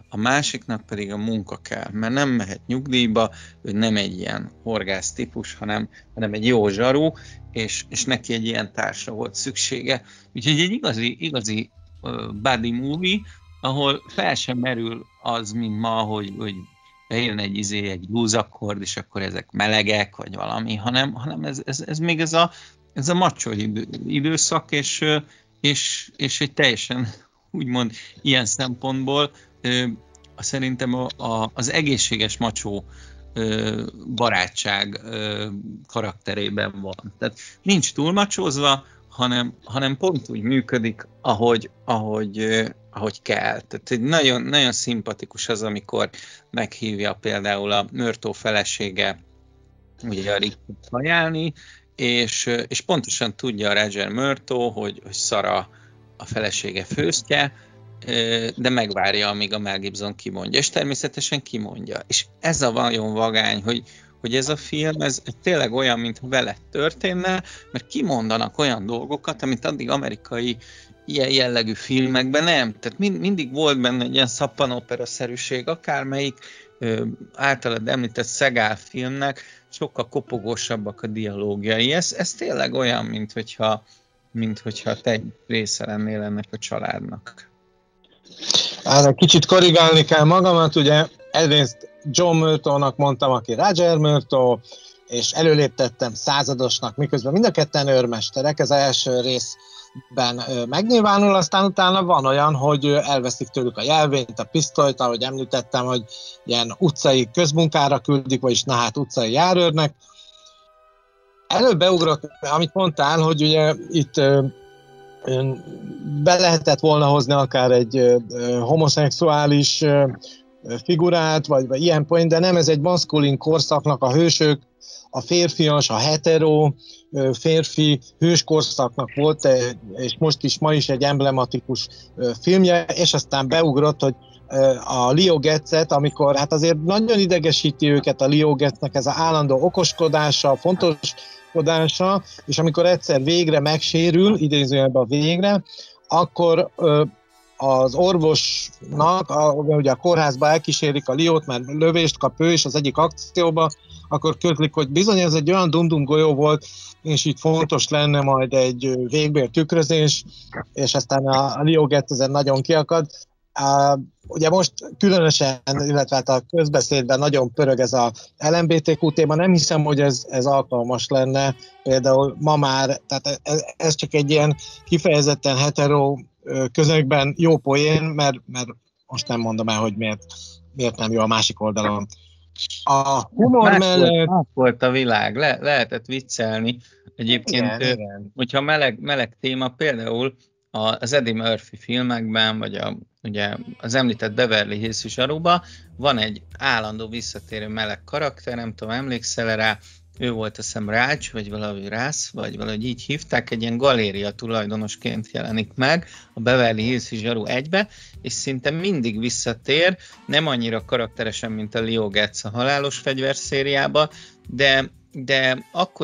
a másiknak pedig a munka kell, mert nem mehet nyugdíjba, ő nem egy ilyen horgász típus, hanem egy jó zsaru, és neki egy ilyen társra volt szüksége. Úgyhogy egy igazi buddy movie, ahol fel sem merül az, mint ma, hogy bejön egy blues-akkord, és akkor ezek melegek, vagy valami, hanem ez még ez a macho időszak, és egy teljesen, úgymond ilyen szempontból szerintem az egészséges macho barátság karakterében van. Tehát nincs túl macsózva, hanem pont úgy működik, ahogy kell. Tehát nagyon, nagyon szimpatikus az, amikor meghívja például a Murtaugh felesége ugye a Rickot kajálni, és pontosan tudja a Roger Murtaugh, hogy Sarah a felesége főztje, de megvárja, amíg a Mel Gibson kimondja, és természetesen kimondja. És ez a nagyon vagány, hogy ez a film, ez tényleg olyan, mintha veled történne, mert kimondanak olyan dolgokat, amit addig amerikai ilyen jellegű filmekben nem. Tehát mindig volt benne egy ilyen szappanopera-szerűség, akármelyik általad említett Seagal filmnek sokkal kopogósabbak a dialógiai. Ez tényleg olyan, mint hogyha te része lennél ennek a családnak. Hát kicsit korrigálni kell magamat, ugye egyrészt John Murtaughnak mondtam, aki Roger Murtaugh, és előléptettem századosnak, miközben mind a ketten őrmesterek, ez az első részben megnyilvánul, aztán utána van olyan, hogy elveszik tőlük a jelvényt, a pisztolyt, ahogy említettem, hogy ilyen utcai közmunkára küldik, vagyis utcai járőrnek. Előbb beugrott, amit mondtál, hogy ugye itt be lehetett volna hozni akár egy homoszexuális figurát, vagy ilyen point, de nem, ez egy maszkulin korszaknak a hősök, a férfias, a hetero férfi hőskorszaknak volt, és ma is egy emblematikus filmje, és aztán beugrott, hogy a Leo Getz-et, amikor hát azért nagyon idegesíti őket a Leo Getz-nek ez az állandó okoskodása, fontoskodása, és amikor egyszer végre megsérül, idézőjelben a végre, akkor az orvosnak, ugye a kórházba elkísérik a Leót, mert lövést kap ő is az egyik akcióba, akkor közlik, hogy bizony ez egy olyan dum-dum golyó volt, és itt fontos lenne majd egy végbél tükrözés, és aztán a Leo Getz ezen nagyon kiakad. Ugye most különösen, illetve hát a közbeszédben nagyon pörög ez a LMBTQ téma, nem hiszem, hogy ez alkalmas lenne, például ma már, tehát ez csak egy ilyen kifejezetten hetero közegben jó poén, mert most nem mondom el, hogy miért nem jó a másik oldalon. A humor mellett... Más volt a világ, lehetett viccelni. Egyébként, igen. Hogyha meleg téma, például az Eddie Murphy filmekben, vagy ugye az említett Beverly Hills zsaruban van egy állandó visszatérő meleg karakter, nem tudom, emlékszel rá, ő volt, azt hiszem, Rács, vagy valahogy Rász, vagy valahogy így hívták, egy ilyen galéria tulajdonosként jelenik meg a Beverly Hills zsaru 1-be, és szinte mindig visszatér, nem annyira karakteresen, mint a Leo Getz a Halálos fegyver szériában, de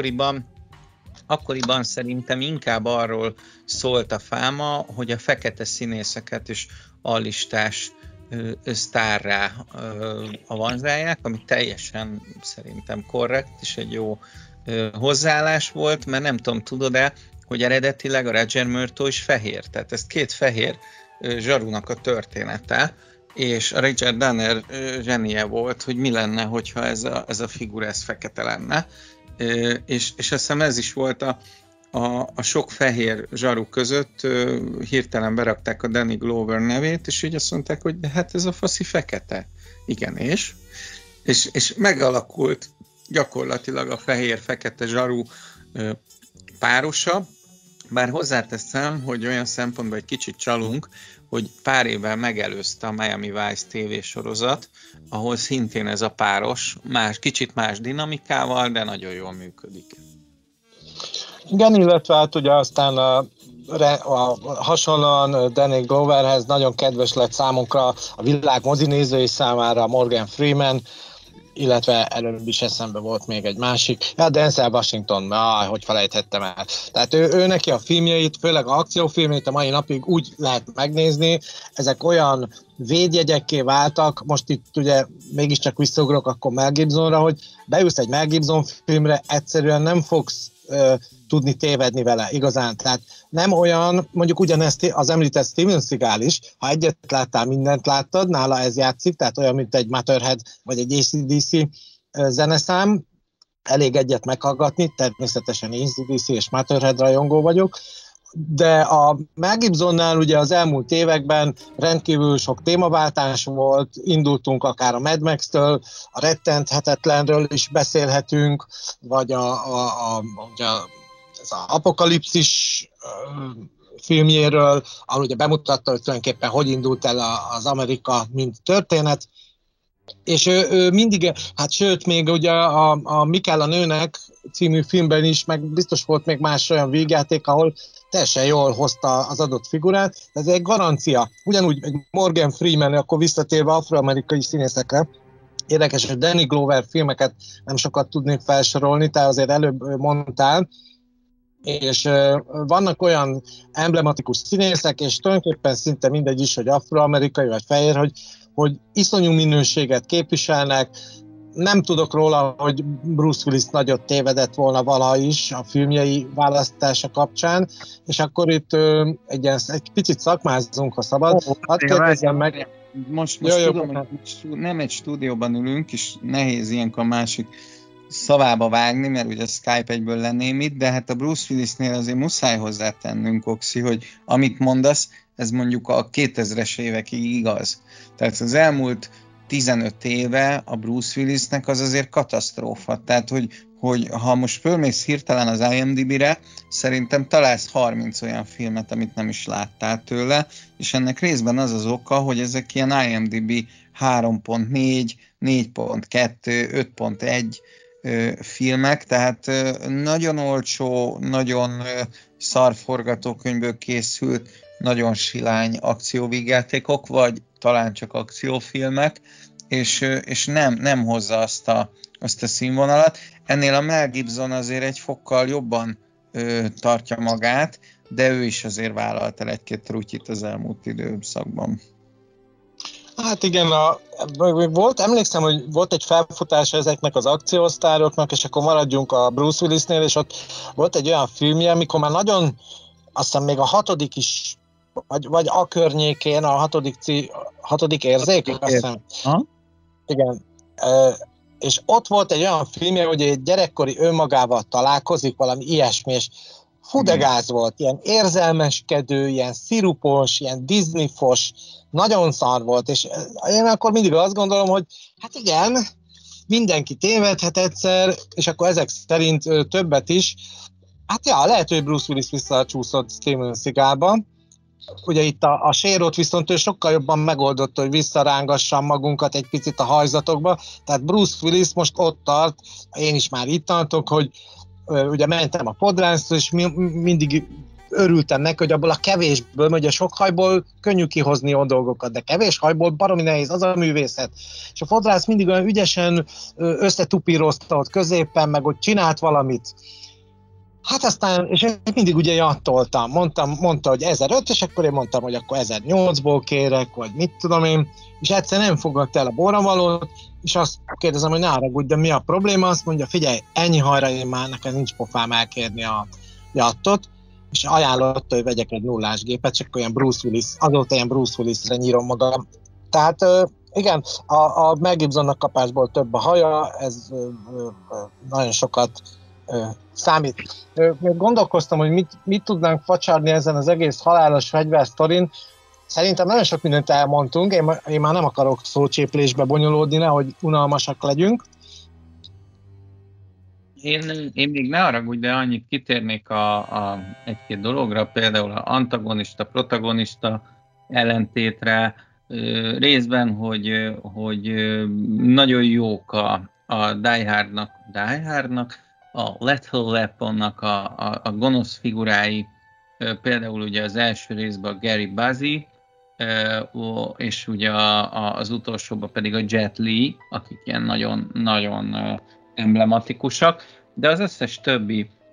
akkoriban szerintem inkább arról szólt a fáma, hogy a fekete színészeket is allistás sztárrá avanzálják, ami teljesen szerintem korrekt, és egy jó hozzáállás volt, mert nem tudom, tudod-e, hogy eredetileg a Roger Murtaugh is fehér, tehát ez két fehér zsarunak a története, és a Richard Donner zsenie volt, hogy mi lenne, hogyha ez a figura fekete lenne, és azt hiszem ez is volt a sok fehér zsaru között, hirtelen berakták a Danny Glover nevét, és így azt mondták, hogy de hát ez a faszi fekete. Igen, és megalakult gyakorlatilag a fehér-fekete zsaru párosa, bár hozzáteszem, hogy olyan szempontból egy kicsit csalunk, hogy pár évvel megelőzte a Miami Vice tévésorozat, ahol szintén ez a páros, kicsit más dinamikával, de nagyon jól működik. Igen, illetve hát ugye aztán hasonlóan Danny Gloverhez nagyon kedves lett számunkra a világ mozinézői számára Morgan Freeman, illetve előbb is eszembe volt még egy másik, Denzel Washington, hogy felejthettem el. Tehát ő neki a filmjeit, főleg az akciófilmjeit a mai napig úgy lehet megnézni, ezek olyan védjegyekké váltak, most itt ugye mégiscsak visszaugrok akkor Mel Gibsonra, hogy beülsz egy Mel Gibson filmre, egyszerűen nem fogsz tudni tévedni vele igazán. Tehát nem olyan, mondjuk ugyanezt az említett Steven Seagal is, ha egyet láttál, mindent láttad, nála ez játszik, tehát olyan, mint egy Motorhead vagy egy AC/DC zeneszám, elég egyet meghallgatni, természetesen AC/DC és Motorhead rajongó vagyok, de a Mel Gibsonnál ugye az elmúlt években rendkívül sok témaváltás volt, indultunk akár a Mad Max-től, a Rettenthetetlenről is beszélhetünk, vagy az Apokalipszis filmjéről, ahol ugye bemutatta, hogy tulajdonképpen hogy indult el az Amerika, mint történet, és ő mindig, hát sőt, még ugye a Mi kell a nőnek című filmben is, meg biztos volt még más olyan vígjáték, ahol teljesen jól hozta az adott figurát, ez egy garancia. Ugyanúgy Morgan Freeman, akkor visszatérve afroamerikai színészekre, érdekes, hogy Danny Glover filmeket nem sokat tudnék felsorolni, te azért előbb mondtál, és vannak olyan emblematikus színészek, és tulajdonképpen szinte mindegy is, hogy afroamerikai vagy fehér, hogy iszonyú minőséget képviselnek. Nem tudok róla, hogy Bruce Willis nagyot tévedett volna valaha is a filmjei választása kapcsán, és akkor itt egy picit szakmázzunk, ha szabad. Hadd kérdezzem meg. Most tudom, hogy nem egy stúdióban ülünk, és nehéz ilyenkor másik szavába vágni, mert ugye Skype egyből lenném itt, de hát a Bruce Willisnél azért muszáj hozzátennünk, Oxy, hogy amit mondasz, ez mondjuk a 2000-es évekig igaz. Tehát az elmúlt 15 éve a Bruce Willisnek az azért katasztrófa. Tehát, hogy ha most fölmész hirtelen az IMDb-re, szerintem találsz 30 olyan filmet, amit nem is láttál tőle, és ennek részben az az oka, hogy ezek ilyen IMDb 3.4, 4.2, 5.1 filmek, tehát nagyon olcsó, nagyon szar forgatókönyvből készült, nagyon silány akcióvígjátékok, vagy talán csak akciófilmek, és nem hozza azt a színvonalat. Ennél a Mel Gibson azért egy fokkal jobban tartja magát, de ő is azért vállalt el egy-két trutyit az elmúlt időszakban. Hát igen, emlékszem, hogy volt egy felfutása ezeknek az akciósztároknak, és akkor maradjunk a Bruce Willisnél, és ott volt egy olyan filmje, amikor már nagyon, azt hiszem még a 6. is, vagy a környékén, a 6. érzék, azt hiszem. Igen. És ott volt egy olyan filmje, hogy egy gyerekkori önmagával találkozik, valami ilyesmi, és fú de gáz volt, ilyen érzelmeskedő, ilyen szirupos, ilyen Disney-fos, nagyon szar volt, és én akkor mindig azt gondolom, hogy hát igen, mindenki tévedhet egyszer, és akkor ezek szerint többet is. Hát ja, lehet, hogy Bruce Willis visszacsúszott Steven Seagalba. Ugye itt a sérót viszont ő sokkal jobban megoldotta, hogy visszarángassam magunkat egy picit a hajzatokba. Tehát Bruce Willis most ott tart, én is már itt tartok, hogy ugye mentem a fodrászra, és mindig örültem neki, hogy abból a kevésből, mert ugye sok hajból könnyű kihozni olyan dolgokat, de kevés hajból baromi nehéz, az a művészet. És a fodrász mindig olyan ügyesen összetupírozta ott középen, meg ott csinált valamit. Hát aztán, és én mindig ugye jattoltam, mondta, hogy 1005, és akkor én mondtam, hogy akkor 1008-ból kérek, vagy mit tudom én, és egyszer nem fogadta el a borravalót, és azt kérdezem, hogy ne haragudj, de mi a probléma? Azt mondja, figyelj, ennyi hajra én már nekem nincs pofám elkérni a jattot, és ajánlotta, hogy vegyek egy nullás gépet, csak olyan Bruce Willis, azóta ilyen Bruce Willisre nyírom magam. Tehát igen, a Mel Gibsonnak kapásból több a haja, ez nagyon sokat számít. Gondolkoztam, hogy mit tudnánk facsarni ezen az egész halálos fegyversztorin. Szerintem nagyon sok mindent elmondtunk, én már nem akarok szócséplésbe bonyolódni, nehogy unalmasak legyünk. Én még ne haragudj, de annyit kitérnék egy-két dologra, például az antagonista, protagonista ellentétre, részben, hogy nagyon jók a Die Hardnak, a Lethal Weaponnak a gonosz figurái, például ugye az első részben a Gary Busey, és ugye az utolsóban pedig a Jet Li, akik ilyen nagyon, nagyon emblematikusak, de az összes többi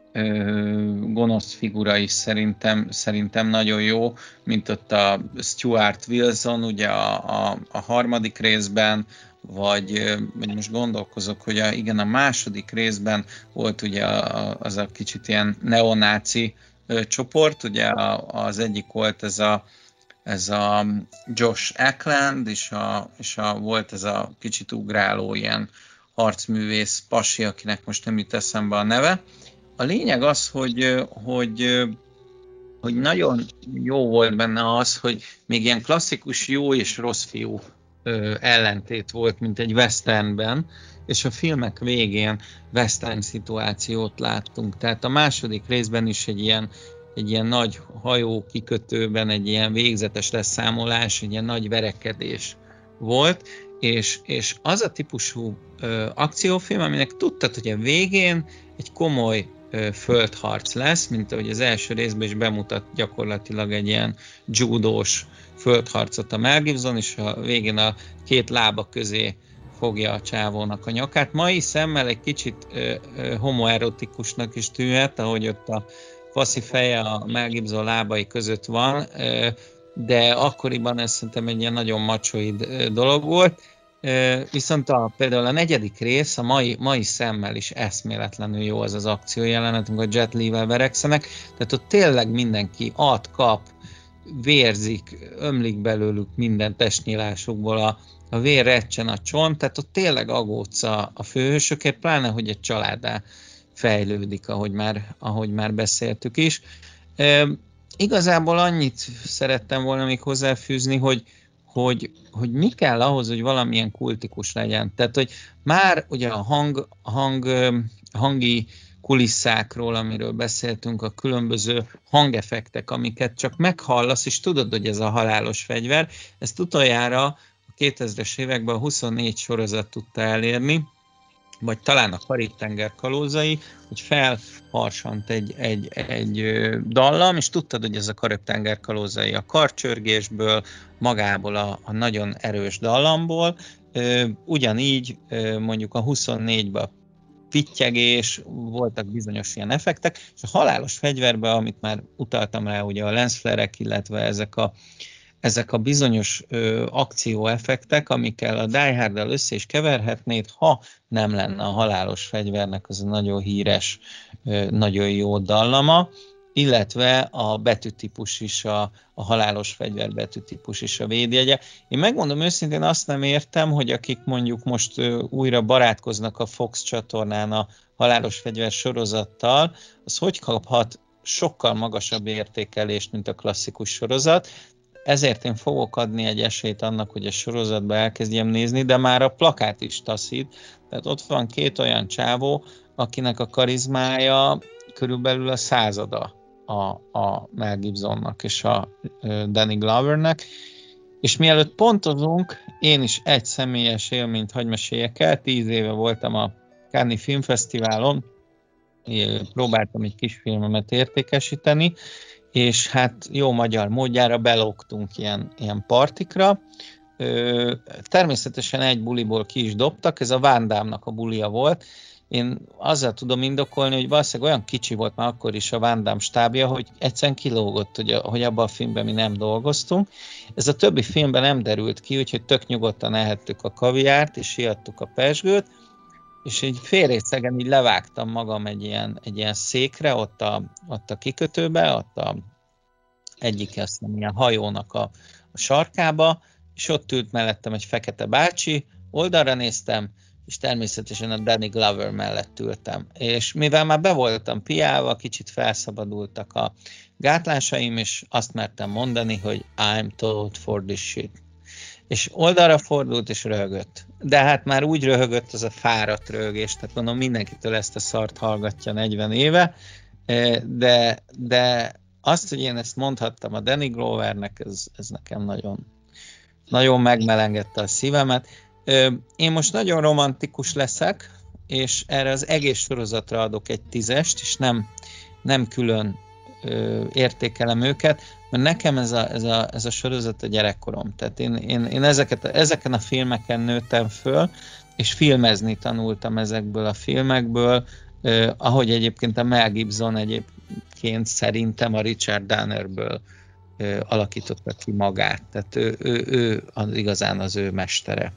gonosz figura is szerintem nagyon jó, mint ott a Stuart Wilson, ugye a harmadik részben, vagy most gondolkozok, hogy igen, a második részben volt ugye az a kicsit ilyen neonáci csoport, ugye az egyik volt ez a Josh Ackland, és volt ez a kicsit ugráló ilyen harcművész pasi, akinek most nem jut eszembe a neve. A lényeg az, hogy nagyon jó volt benne az, hogy még ilyen klasszikus jó és rossz fiú ellentét volt, mint egy westernben, és a filmek végén western szituációt láttunk. Tehát a második részben is egy ilyen nagy hajó kikötőben egy ilyen végzetes leszámolás, egy ilyen nagy verekedés volt, és az a típusú akciófilm, aminek tudtad, hogy a végén egy komoly földharc lesz, mint ahogy az első részben is bemutat gyakorlatilag egy ilyen judós földharcot a Mel Gibson, és a végén a két lába közé fogja a csávónak a nyakát. Mai szemmel egy kicsit homoerotikusnak is tűnhet, ahogy ott a faszi feje a Mel Gibson lábai között van, de akkoriban ez szerintem egy ilyen nagyon macsoid dolog volt. Viszont például a negyedik rész a mai szemmel is eszméletlenül jó az akciójelenet, amikor a Jet Li-vel verekszenek, tehát ott tényleg mindenki kap, vérzik, ömlik belőlük minden testnyílásukból, a vér recsen a csont, tehát ott tényleg aggódsz a főhősökért, pláne, hogy egy családdá fejlődik, ahogy már beszéltük is. Igazából annyit szerettem volna még hozzáfűzni, hogy mi kell ahhoz, hogy valamilyen kultikus legyen. Tehát, hogy már ugye a hangi kulisszákról, amiről beszéltünk, a különböző hangeffektek, amiket csak meghallasz, és tudod, hogy ez a halálos fegyver. Ezt utoljára a 2000-es években a 24 sorozat tudta elérni, vagy talán a Karib-tenger kalózai, hogy felharsant egy dallam, és tudtad, hogy ez a Karib-tenger kalózai a karcsörgésből, magából a nagyon erős dallamból. Ugyanígy mondjuk a 24-ben pittyegés, voltak bizonyos ilyen effektek, és a halálos fegyverben, amit már utaltam rá, ugye a lensflare-ek, illetve ezek a bizonyos akcióeffektek, amikkel a Die Hard-dal össze is keverhetnéd, ha nem lenne a halálos fegyvernek az a nagyon híres, nagyon jó dallama, illetve a betűtípus is, a halálos fegyver betűtípus is a védjegye. Én megmondom őszintén, azt nem értem, hogy akik mondjuk most újra barátkoznak a Fox csatornán a halálos fegyver sorozattal, az hogy kaphat sokkal magasabb értékelést, mint a klasszikus sorozat. Ezért én fogok adni egy esélyt annak, hogy a sorozatba elkezdjem nézni, de már a plakát is taszít. Tehát ott van két olyan csávó, akinek a karizmája körülbelül a százada a Mel Gibsonnak és a Danny Glovernek. És mielőtt pontozunk, én is egy személyes élményt hagy meséljek el. 10 éve voltam a Cannes Filmfesztiválon, próbáltam egy kis filmemet értékesíteni, és hát jó magyar módjára belógtunk ilyen partikra. Természetesen egy buliból ki is dobtak, ez a Van Damme-nak a bulia volt. Én azzal tudom indokolni, hogy valószínűleg olyan kicsi volt már akkor is a Van Damme stábja, hogy egyszerűen kilógott, hogy abban a filmben mi nem dolgoztunk. Ez a többi filmben nem derült ki, úgyhogy tök nyugodtan ehettük a kaviárt, és ihattuk a pezsgőt, és így félrészegen így levágtam magam egy ilyen székre, ott a kikötőbe, ott egyik azt nem ilyen hajónak a sarkába, és ott ült mellettem egy fekete bácsi, oldalra néztem, és természetesen a Danny Glover mellett ültem. És mivel már be voltam piálva, kicsit felszabadultak a gátlásaim, és azt mertem mondani, hogy I'm told for this shit. És oldalra fordult, és röhögött. De hát már úgy röhögött, az a fáradt röhögés, tehát mondom, mindenkitől ezt a szart hallgatja 40 éve, de azt, hogy én ezt mondhattam a Danny Glovernek, ez nekem nagyon, nagyon megmelengette a szívemet. Én most nagyon romantikus leszek, és erre az egész sorozatra adok egy 10-est, és nem külön értékelem őket, mert nekem ez a sorozat a gyerekkorom. Tehát én ezeken a filmeken nőttem föl, és filmezni tanultam ezekből a filmekből. ahogy egyébként a Mel Gibson egyébként szerintem a Richard Donnerből alakította ki magát, tehát ő az igazán az ő mestere.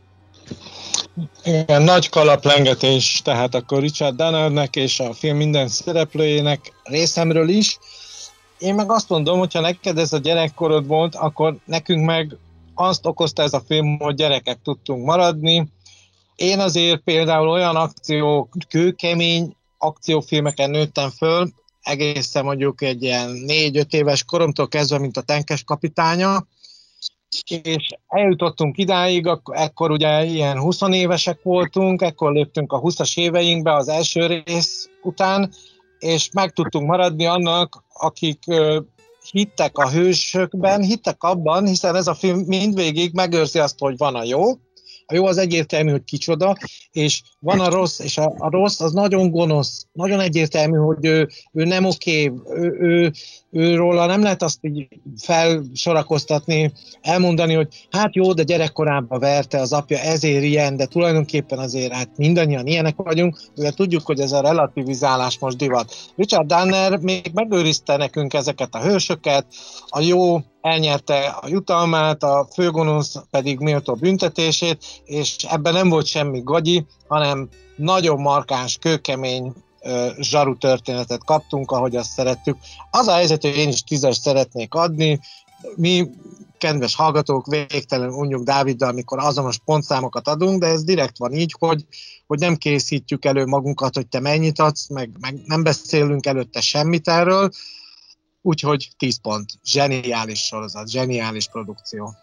Igen, nagy kalaplengetés, tehát akkor Richard Donnernek és a film minden szereplőjének részemről is. Én meg azt mondom, hogyha neked ez a gyerekkorod volt, akkor nekünk meg azt okozta ez a film, hogy gyerekek tudtunk maradni. Én azért például olyan kőkemény akciófilmeken nőttem föl, egészen mondjuk egy ilyen 4-5 éves koromtól kezdve, mint a Tenkes kapitánya, és eljutottunk idáig, ekkor ugye ilyen 20 évesek voltunk, ekkor léptünk a 20-as éveinkbe az első rész után, és meg tudtunk maradni annak, akik hittek a hősökben, hittek abban, hiszen ez a film mindvégig megőrzi azt, hogy van a jó. A jó az egyértelmű, hogy kicsoda, és van a rossz, és a rossz az nagyon gonosz, nagyon egyértelmű, hogy ő nem oké, őróla nem lehet azt így felsorakoztatni, elmondani, hogy hát jó, de gyerekkorában verte az apja, ezért ilyen, de tulajdonképpen azért hát mindannyian ilyenek vagyunk, ugye tudjuk, hogy ez a relativizálás most divat. Richard Donner még megőrizte nekünk ezeket a hősöket, a jó elnyerte a jutalmát, a főgonosz pedig méltó büntetését, és ebben nem volt semmi gagyi, hanem nagyon markáns, kőkemény zsaru történetet kaptunk, ahogy azt szerettük. Az a helyzet, hogy én is 10-es szeretnék adni. Mi, kedves hallgatók, végtelenül unjuk Dáviddal, amikor azonos pontszámokat adunk, de ez direkt van így, hogy nem készítjük elő magunkat, hogy te mennyit adsz, meg nem beszélünk előtte semmit erről. Úgyhogy 10 pont. Zseniális sorozat, zseniális produkció.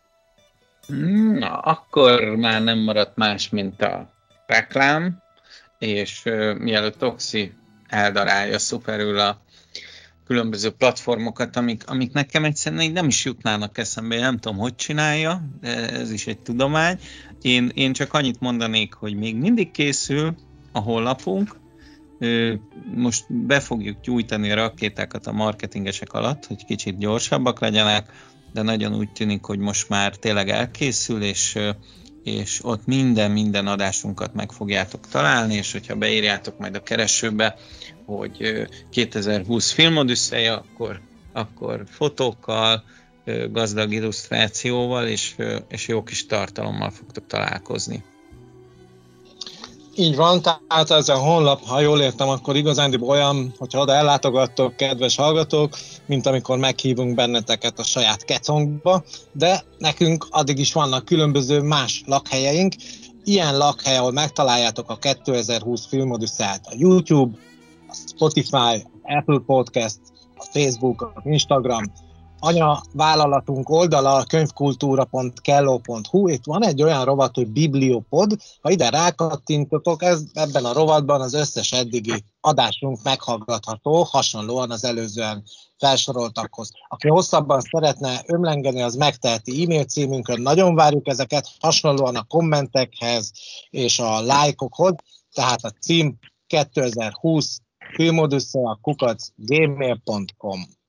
Na, akkor már nem maradt más, mint a reklám, és mielőtt Oxy eldarálja szuperül a különböző platformokat, amik nekem egyszerűen nem is jutnának eszembe, én nem tudom, hogy csinálja, de ez is egy tudomány. Én csak annyit mondanék, hogy még mindig készül a honlapunk, most be fogjuk gyújtani a rakétákat a marketingesek alatt, hogy kicsit gyorsabbak legyenek, de nagyon úgy tűnik, hogy most már tényleg elkészül, és ott minden adásunkat meg fogjátok találni, és hogyha beírjátok majd a keresőbe, hogy 2020 filmodüsszeja, akkor fotókkal, gazdag illusztrációval és jó kis tartalommal fogtok találkozni. Így van, tehát ez a honlap, ha jól értem, akkor igazándiból olyan, hogyha oda ellátogattok, kedves hallgatók, mint amikor meghívunk benneteket a saját kecongba, de nekünk addig is vannak különböző más lakhelyeink. Ilyen lakhely, ahol megtaláljátok a 2020 filmodüsszát, a YouTube, a Spotify, Apple Podcast, a Facebook, a Instagram, anyavállalatunk oldala könyvkultúra.kello.hu, itt van egy olyan rovat, hogy Bibliopod, ha ide rákattintotok, ebben a rovatban az összes eddigi adásunk meghallgatható, hasonlóan az előzően felsoroltakhoz. Aki hosszabban szeretne ömlengeni, az megteheti e-mail címünkön, nagyon várjuk ezeket, hasonlóan a kommentekhez és a lájkokhoz, tehát a cím 2020 filmodüsszeja @gmail.com.